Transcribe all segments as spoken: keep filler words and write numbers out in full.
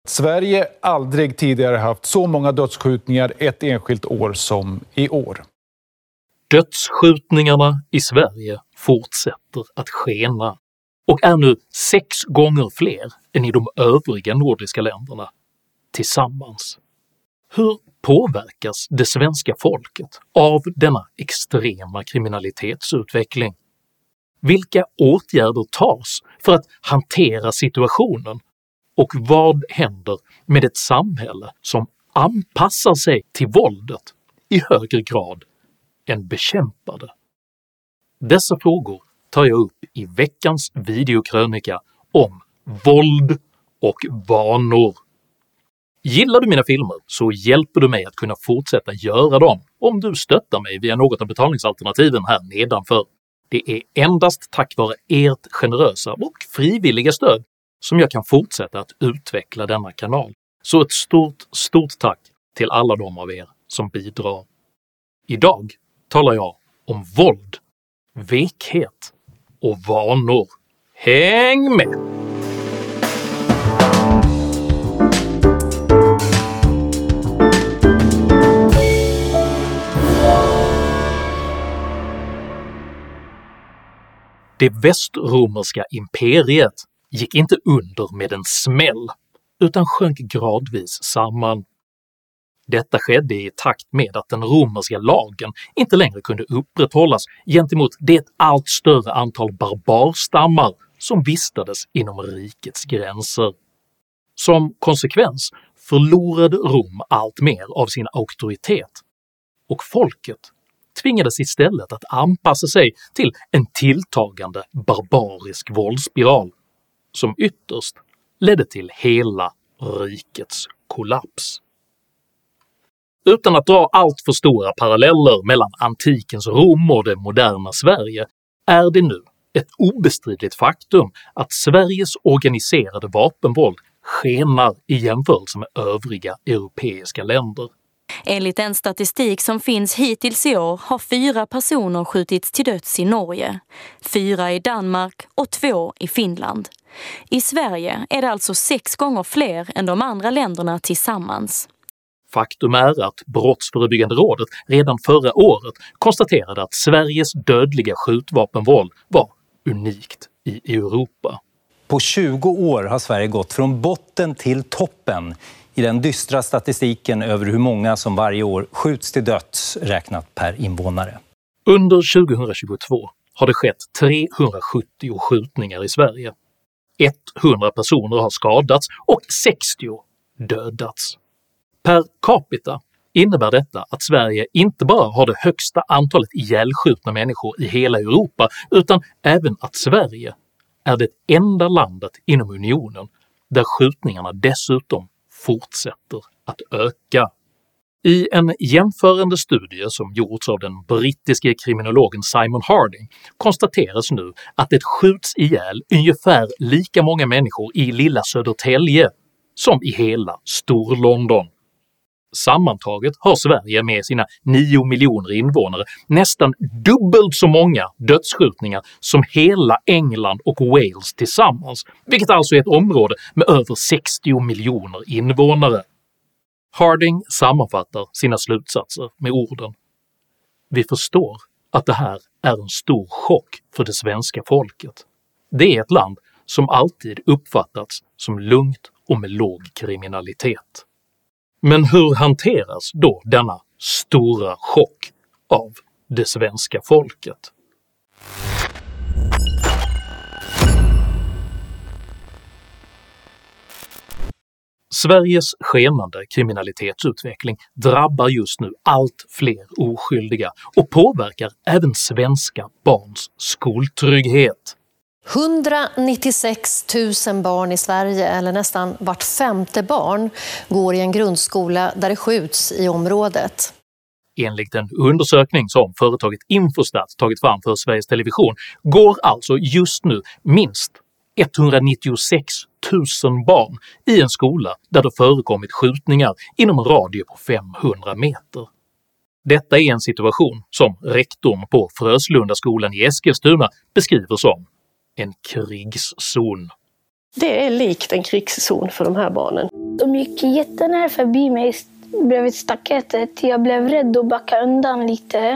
Sverige aldrig tidigare haft så många dödsskjutningar ett enskilt år som i år. Dödsskjutningarna i Sverige fortsätter att skena och är nu sex gånger fler än i de övriga nordiska länderna tillsammans. Hur påverkas det svenska folket av denna extrema kriminalitetsutveckling? Vilka åtgärder tas för att hantera situationen? Och vad händer med ett samhälle som anpassar sig till våldet i högre grad än bekämpar det? Dessa frågor tar jag upp i veckans videokrönika om våld och vanor. Gillar du mina filmer så hjälper du mig att kunna fortsätta göra dem om du stöttar mig via något av betalningsalternativen här nedanför. Det är endast tack vare ert generösa och frivilliga stöd som jag kan fortsätta att utveckla denna kanal. Så ett stort, stort tack till alla de av er som bidrar. Idag talar jag om våld, vekhet och vanor. Häng med! Det västromerska imperiet gick inte under med en smäll, utan sjönk gradvis samman. Detta skedde i takt med att den romerska lagen inte längre kunde upprätthållas gentemot det allt större antal barbarstammar som vistades inom rikets gränser. Som konsekvens förlorade Rom allt mer av sin auktoritet, och folket tvingades istället att anpassa sig till en tilltagande barbarisk våldsspiral som ytterst ledde till hela rikets kollaps. Utan att dra allt för stora paralleller mellan antikens Rom och det moderna Sverige är det nu ett obestridligt faktum att Sveriges organiserade vapenvåld skenar i jämförelse med övriga europeiska länder. Enligt den statistik som finns hittills i år har fyra personer skjutits till döds i Norge, fyra i Danmark och två i Finland. I Sverige är det alltså sex gånger fler än de andra länderna tillsammans. Faktum är att Brottsförebyggande rådet redan förra året konstaterade att Sveriges dödliga skjutvapenvåld var unikt i Europa. På tjugo år har Sverige gått från botten till toppen i den dystra statistiken över hur många som varje år skjuts till döds räknat per invånare. Under tjugohundratjugotvå har det skett trehundrasjuttio skjutningar i Sverige. hundra personer har skadats och sextio dödats. Per capita innebär detta att Sverige inte bara har det högsta antalet ihjälskjutna människor i hela Europa, utan även att Sverige är det enda landet inom unionen där skjutningarna dessutom fortsätter att öka. I en jämförande studie som gjorts av den brittiske kriminologen Simon Harding konstateras nu att det skjuts ihjäl ungefär lika många människor i lilla Södertälje som i hela Storlondon. Sammantaget har Sverige med sina nio miljoner invånare nästan dubbelt så många dödsskjutningar som hela England och Wales tillsammans, vilket alltså är ett område med över sextio miljoner invånare. Harding sammanfattar sina slutsatser med orden: “Vi förstår att det här är en stor chock för det svenska folket. Det är ett land som alltid uppfattats som lugnt och med låg kriminalitet. Men hur hanteras då denna stora chock av det svenska folket?” Sveriges skenande kriminalitetsutveckling drabbar just nu allt fler oskyldiga och påverkar även svenska barns skoltrygghet. hundranittiosex tusen barn i Sverige, eller nästan vart femte barn, går i en grundskola där det skjuts i området. Enligt en undersökning som företaget Infostat tagit fram för Sveriges Television går alltså just nu minst etthundranittiosex tusen barn i en skola där det förekommit skjutningar inom en radie på femhundra meter. Detta är en situation som rektorn på Fröslundaskolan i Eskilstuna beskriver som en krigszon. Det är likt en krigszon för de här barnen. De gick jättenära förbi mig bredvid staketet. Jag blev rädd och backade undan lite.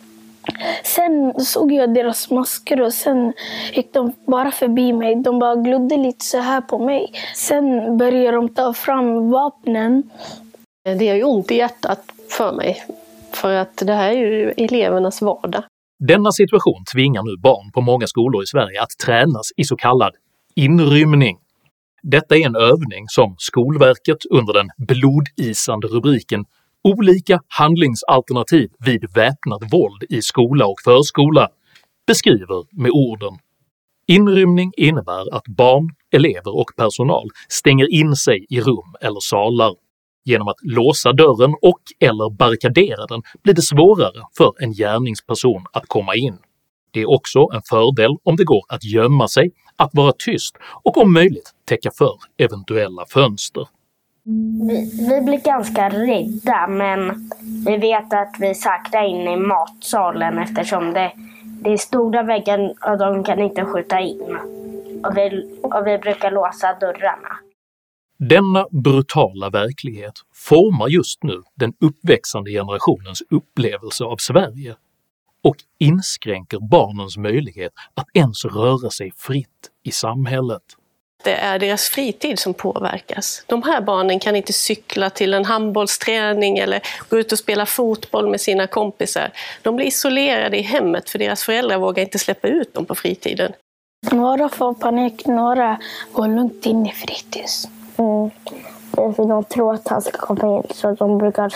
Sen såg jag deras masker och sen gick de bara förbi mig. De bara glodde lite så här på mig. Sen började de ta fram vapnen. Det gör ju ont i hjärtat för mig. För att det här är ju elevernas vardag. Denna situation tvingar nu barn på många skolor i Sverige att tränas i så kallad inrymning. Detta är en övning som Skolverket under den blodisande rubriken “Olika handlingsalternativ vid väpnat våld i skola och förskola” beskriver med orden: inrymning innebär att barn, elever och personal stänger in sig i rum eller salar. Genom att låsa dörren och eller barrikadera den blir det svårare för en gärningsperson att komma in. Det är också en fördel om det går att gömma sig, att vara tyst och om möjligt täcka för eventuella fönster. Vi, vi blir ganska rädda, men vi vet att vi säkrar in i matsalen eftersom det, det är stora väggar och de kan inte skjuta in. Och vi, och vi brukar låsa dörrarna. Denna brutala verklighet formar just nu den uppväxande generationens upplevelse av Sverige och inskränker barnens möjlighet att ens röra sig fritt i samhället. Det är deras fritid som påverkas. De här barnen kan inte cykla till en handbollsträning eller gå ut och spela fotboll med sina kompisar. De blir isolerade i hemmet för deras föräldrar vågar inte släppa ut dem på fritiden. Några får panik, några går lugnt in i fritids. Mm. För de tror att han ska komma in så de brukar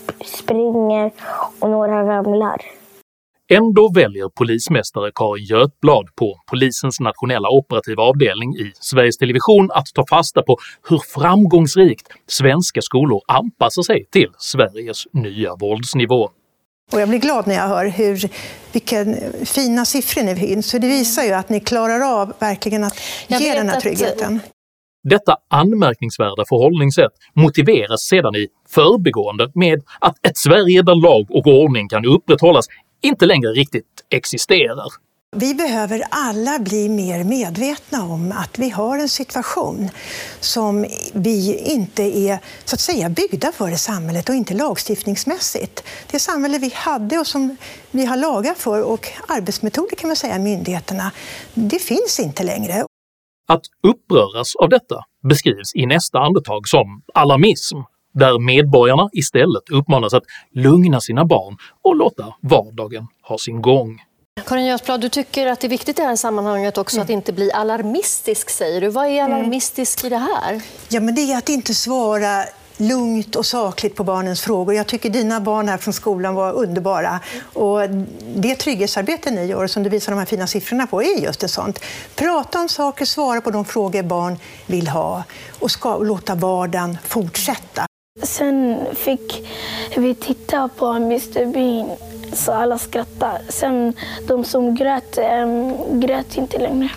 springa och några ramlar. Ändå väljer polismästare Karin Götblad på polisens nationella operativa avdelning i Sveriges Television att ta fasta på hur framgångsrikt svenska skolor anpassar sig till Sveriges nya våldsnivå. Och jag blir glad när jag hör hur, vilka fina siffror ni finns. Så det visar ju att ni klarar av verkligen att jag ge den här tryggheten. Att... Detta anmärkningsvärda förhållningssätt motiveras sedan i förbigående med att ett Sverige där lag och ordning kan upprätthållas inte längre riktigt existerar. Vi behöver alla bli mer medvetna om att vi har en situation som vi inte är så att säga byggda för i samhället och inte lagstiftningsmässigt. Det samhälle vi hade och som vi har lagar för och arbetsmetoder kan man säga myndigheterna, det finns inte längre. Att uppröras av detta beskrivs i nästa andetag som alarmism, där medborgarna istället uppmanas att lugna sina barn och låta vardagen ha sin gång. Karin Götblad, du tycker att det är viktigt i det här sammanhanget också mm. att inte bli alarmistisk, säger du. Vad är alarmistisk mm. i det här? Ja, men det är att inte svara lugnt och sakligt på barnens frågor. Jag tycker dina barn här från skolan var underbara. Och det trygghetsarbete ni gör som du visar de här fina siffrorna på är just ett sånt. Prata om saker, svara på de frågor barn vill ha och ska låta vardagen fortsätta. Sen fick vi titta på mister Bean så alla skrattade. Sen de som grät, äm, grät inte längre.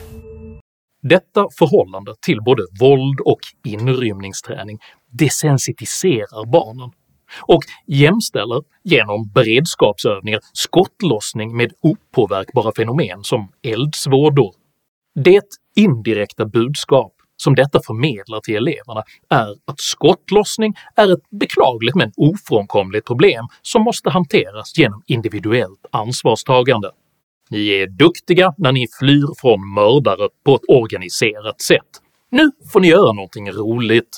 Detta förhållande till både våld och inrymningsträning desensitiserar barnen och jämställer genom beredskapsövningar skottlossning med opåverkbara fenomen som eldsvådor. Det indirekta budskap som detta förmedlar till eleverna är att skottlossning är ett beklagligt men ofrånkomligt problem som måste hanteras genom individuellt ansvarstagande. Ni är duktiga när ni flyr från mördare på ett organiserat sätt. Nu får ni göra någonting roligt.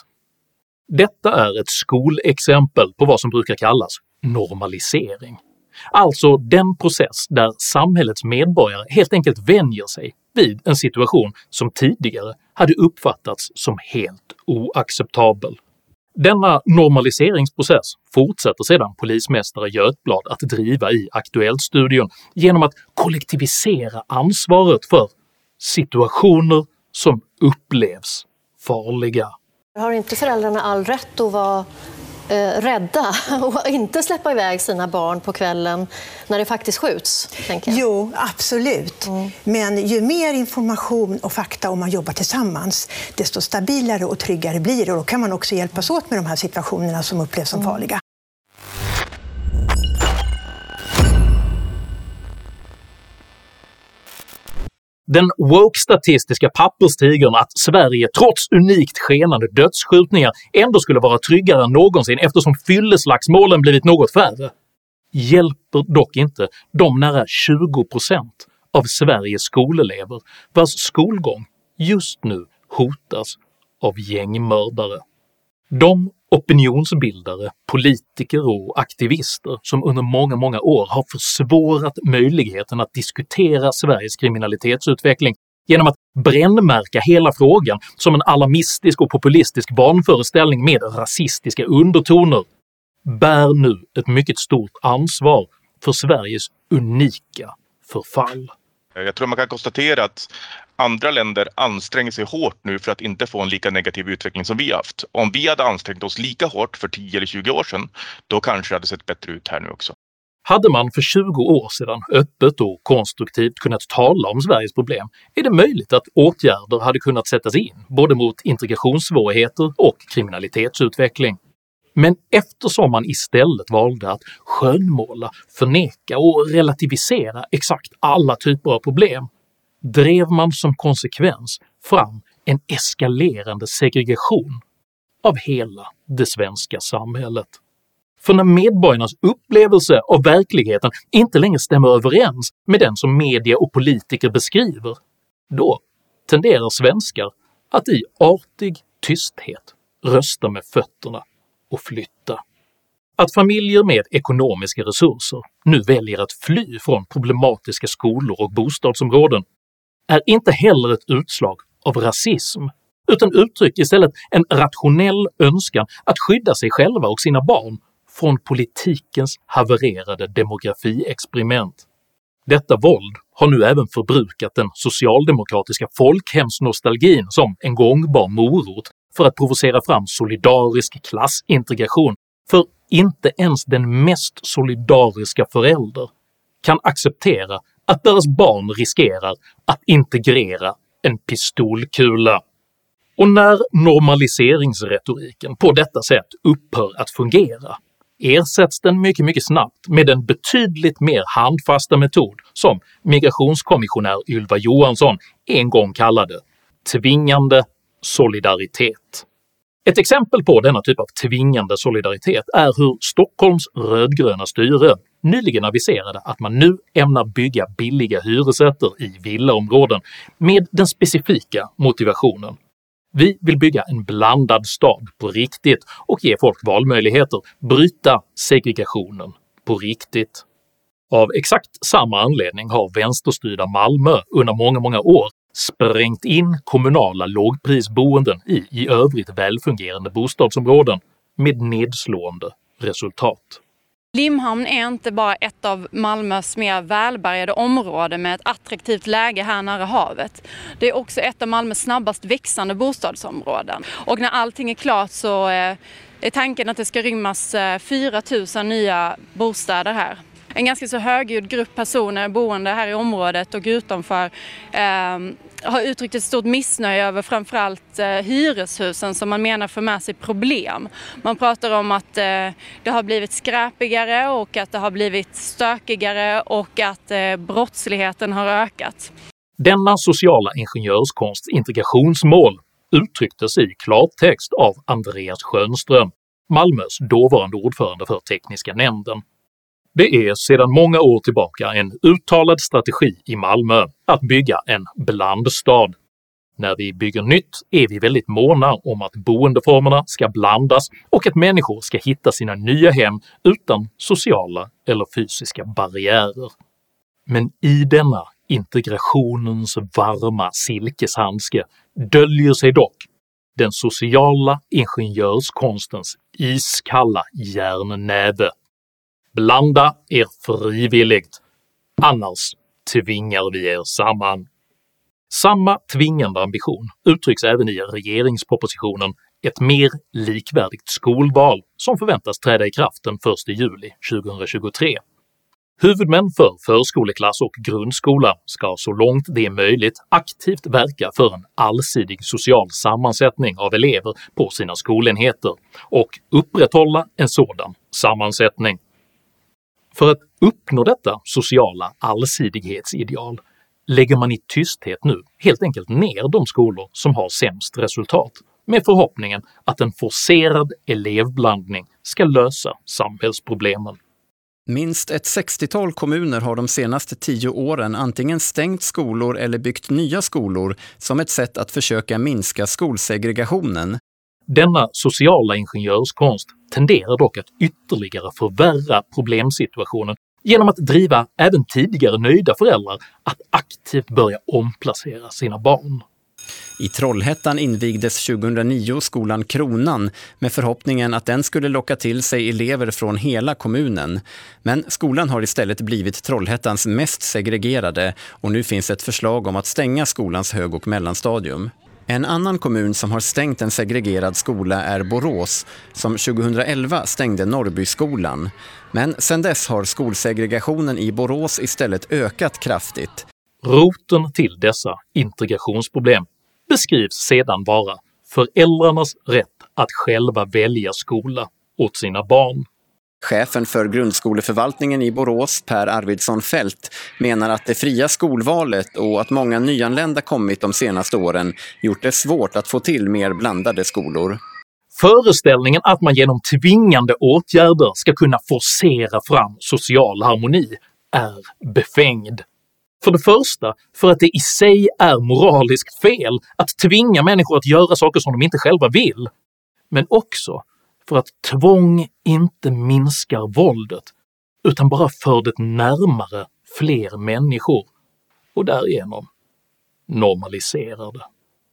Detta är ett skolexempel på vad som brukar kallas normalisering. Alltså den process där samhällets medborgare helt enkelt vänjer sig vid en situation som tidigare hade uppfattats som helt oacceptabel. Denna normaliseringsprocess fortsätter sedan polismästare Götblad att driva i Aktuellt-studion genom att kollektivisera ansvaret för situationer som upplevs farliga. Har inte föräldrarna all rätt att vara eh, rädda och inte släppa iväg sina barn på kvällen när det faktiskt skjuts? Tänker jag. Jo, absolut. Mm. Men ju mer information och fakta om man jobbar tillsammans, desto stabilare och tryggare blir det. Och då kan man också hjälpas åt med de här situationerna som upplevs som mm. farliga. Den woke-statistiska papperstigern att Sverige trots unikt skenande dödsskjutningar ändå skulle vara tryggare än någonsin eftersom fylleslagsmålen blivit något färre hjälper dock inte de nära tjugo procent av Sveriges skolelever vars skolgång just nu hotas av gängmördare. De opinionsbildare, politiker och aktivister som under många, många år har försvårat möjligheten att diskutera Sveriges kriminalitetsutveckling genom att brännmärka hela frågan som en alarmistisk och populistisk vanföreställning med rasistiska undertoner bär nu ett mycket stort ansvar för Sveriges unika förfall. Jag tror man kan konstatera att andra länder anstränger sig hårt nu för att inte få en lika negativ utveckling som vi haft. Om vi hade ansträngt oss lika hårt för tio eller tjugo år sedan, då kanske det hade sett bättre ut här nu också. Hade man för tjugo år sedan öppet och konstruktivt kunnat tala om Sveriges problem är det möjligt att åtgärder hade kunnat sättas in både mot integrationssvårigheter och kriminalitetsutveckling. Men eftersom man istället valde att skönmåla, förneka och relativisera exakt alla typer av problem drev man som konsekvens fram en eskalerande segregation av hela det svenska samhället. För när medborgarnas upplevelse av verkligheten inte längre stämmer överens med den som media och politiker beskriver, då tenderar svenskar att i artig tysthet rösta med fötterna och flytta. Att familjer med ekonomiska resurser nu väljer att fly från problematiska skolor och bostadsområden är inte heller ett utslag av rasism, utan uttrycker istället en rationell önskan att skydda sig själva och sina barn från politikens havererade demografiexperiment. Detta våld har nu även förbrukat den socialdemokratiska folkhemsnostalgin som en gångbar morot för att provocera fram solidarisk klassintegration, för inte ens den mest solidariska förälder kan acceptera att deras barn riskerar att integrera en pistolkula. Och när normaliseringsretoriken på detta sätt upphör att fungera ersätts den mycket mycket snabbt med en betydligt mer handfasta metod som migrationskommissionär Ylva Johansson en gång kallade tvingande solidaritet. Ett exempel på denna typ av tvingande solidaritet är hur Stockholms rödgröna styre nyligen aviserade att man nu ämnar bygga billiga hyresrätter i villaområden med den specifika motivationen: vi vill bygga en blandad stad på riktigt och ge folk valmöjligheter, bryta segregationen på riktigt. Av exakt samma anledning har vänsterstyrda Malmö under många många år sprängt in kommunala lågprisboenden i i övrigt välfungerande bostadsområden med nedslående resultat. Limhamn är inte bara ett av Malmös mer välbärgade områden med ett attraktivt läge här nära havet. Det är också ett av Malmös snabbast växande bostadsområden. Och när allting är klart så är tanken att det ska rymmas fyra tusen nya bostäder här. En ganska så högljudd grupp personer boende här i området och utanför eh, har uttryckt ett stort missnöje över framförallt eh, hyreshusen som man menar för med sig problem. Man pratar om att eh, det har blivit skräpigare och att det har blivit stökigare och att eh, brottsligheten har ökat. Denna sociala ingenjörskonsts integrationsmål uttrycktes i klartext av Andreas Schönström, Malmös dåvarande ordförande för tekniska nämnden. Det är sedan många år tillbaka en uttalad strategi i Malmö att bygga en blandstad. När vi bygger nytt är vi väldigt måna om att boendeformerna ska blandas och att människor ska hitta sina nya hem utan sociala eller fysiska barriärer. Men i denna integrationens varma silkeshandske döljer sig dock den sociala ingenjörskonstens iskalla järnnäve. Blanda er frivilligt, annars tvingar vi er samman. Samma tvingande ambition uttrycks även i regeringspropositionen Ett mer likvärdigt skolval som förväntas träda i kraft den första juli tjugohundratjugotre. Huvudmän för förskoleklass och grundskola ska så långt det är möjligt aktivt verka för en allsidig social sammansättning av elever på sina skolenheter och upprätthålla en sådan sammansättning. För att uppnå detta sociala allsidighetsideal lägger man i tysthet nu helt enkelt ner de skolor som har sämst resultat, med förhoppningen att en forcerad elevblandning ska lösa samhällsproblemen. Minst ett sextiotal kommuner har de senaste tio åren antingen stängt skolor eller byggt nya skolor som ett sätt att försöka minska skolsegregationen. Denna sociala ingenjörskonst tenderar dock att ytterligare förvärra problemsituationen genom att driva även tidigare nöjda föräldrar att aktivt börja omplacera sina barn. I Trollhättan invigdes tjugohundranio skolan Kronan med förhoppningen att den skulle locka till sig elever från hela kommunen. Men skolan har istället blivit Trollhättans mest segregerade och nu finns ett förslag om att stänga skolans hög- och mellanstadium. En annan kommun som har stängt en segregerad skola är Borås, som tjugohundraelva stängde Norrbyskolan. Men sedan dess har skolsegregationen i Borås istället ökat kraftigt. Roten till dessa integrationsproblem beskrivs sedan vara föräldrarnas rätt att själva välja skola åt sina barn. Chefen för grundskoleförvaltningen i Borås, Per Arvidsson Fält, menar att det fria skolvalet och att många nyanlända kommit de senaste åren gjort det svårt att få till mer blandade skolor. Föreställningen att man genom tvingande åtgärder ska kunna forcera fram social harmoni är befängd. För det första för att det i sig är moraliskt fel att tvinga människor att göra saker som de inte själva vill, men också för att tvång inte minskar våldet utan bara för det närmare fler människor och därigenom normaliserar det.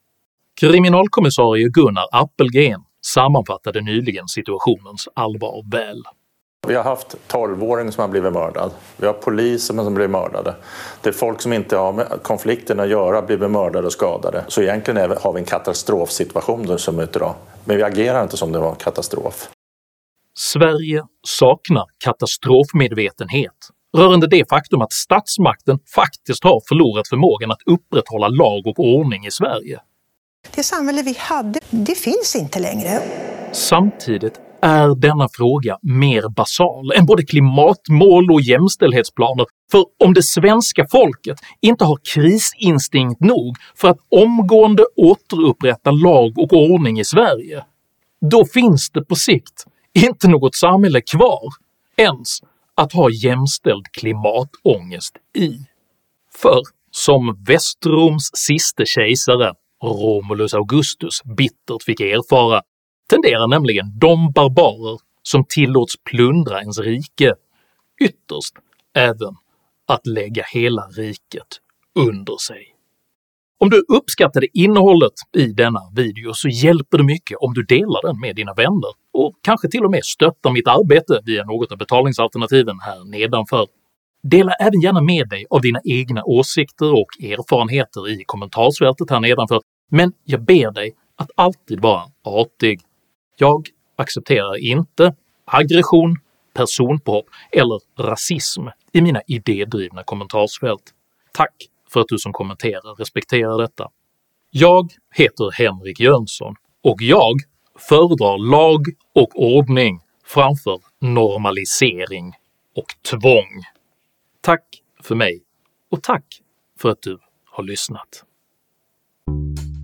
Kriminalkommissarie Gunnar Appelgren sammanfattade nyligen situationens allvar väl. Vi har haft tolvåringar som har blivit mördade. Vi har poliser som blir mördade. Det är folk som inte har med konflikten att göra blir mördade och skadade. Så egentligen har vi en katastrofsituation som är idag. Men vi agerar inte som det var en katastrof. Sverige saknar katastrofmedvetenhet rörande det faktum att statsmakten faktiskt har förlorat förmågan att upprätthålla lag och ordning i Sverige. Det samhälle vi hade, det finns inte längre. Samtidigt är denna fråga mer basal än både klimatmål och jämställdhetsplaner, för om det svenska folket inte har krisinstinkt nog för att omgående återupprätta lag och ordning i Sverige, då finns det på sikt inte något samhälle kvar ens att ha jämställd klimatångest i. För som Västroms siste kejsare, Romulus Augustus, bittert fick erfara, tenderar nämligen de barbarer som tillåts plundra ens rike ytterst även att lägga hela riket under sig. Om du uppskattade innehållet i denna video så hjälper det mycket om du delar den med dina vänner och kanske till och med stöttar mitt arbete via något av betalningsalternativen här nedanför. Dela även gärna med dig av dina egna åsikter och erfarenheter i kommentarsfältet här nedanför, men jag ber dig att alltid vara artig. Jag accepterar inte aggression, personpåhopp eller rasism i mina idédrivna kommentarsfält. Tack för att du som kommenterar respekterar detta. Jag heter Henrik Jönsson och jag föredrar lag och ordning framför normalisering och tvång. Tack för mig och tack för att du har lyssnat.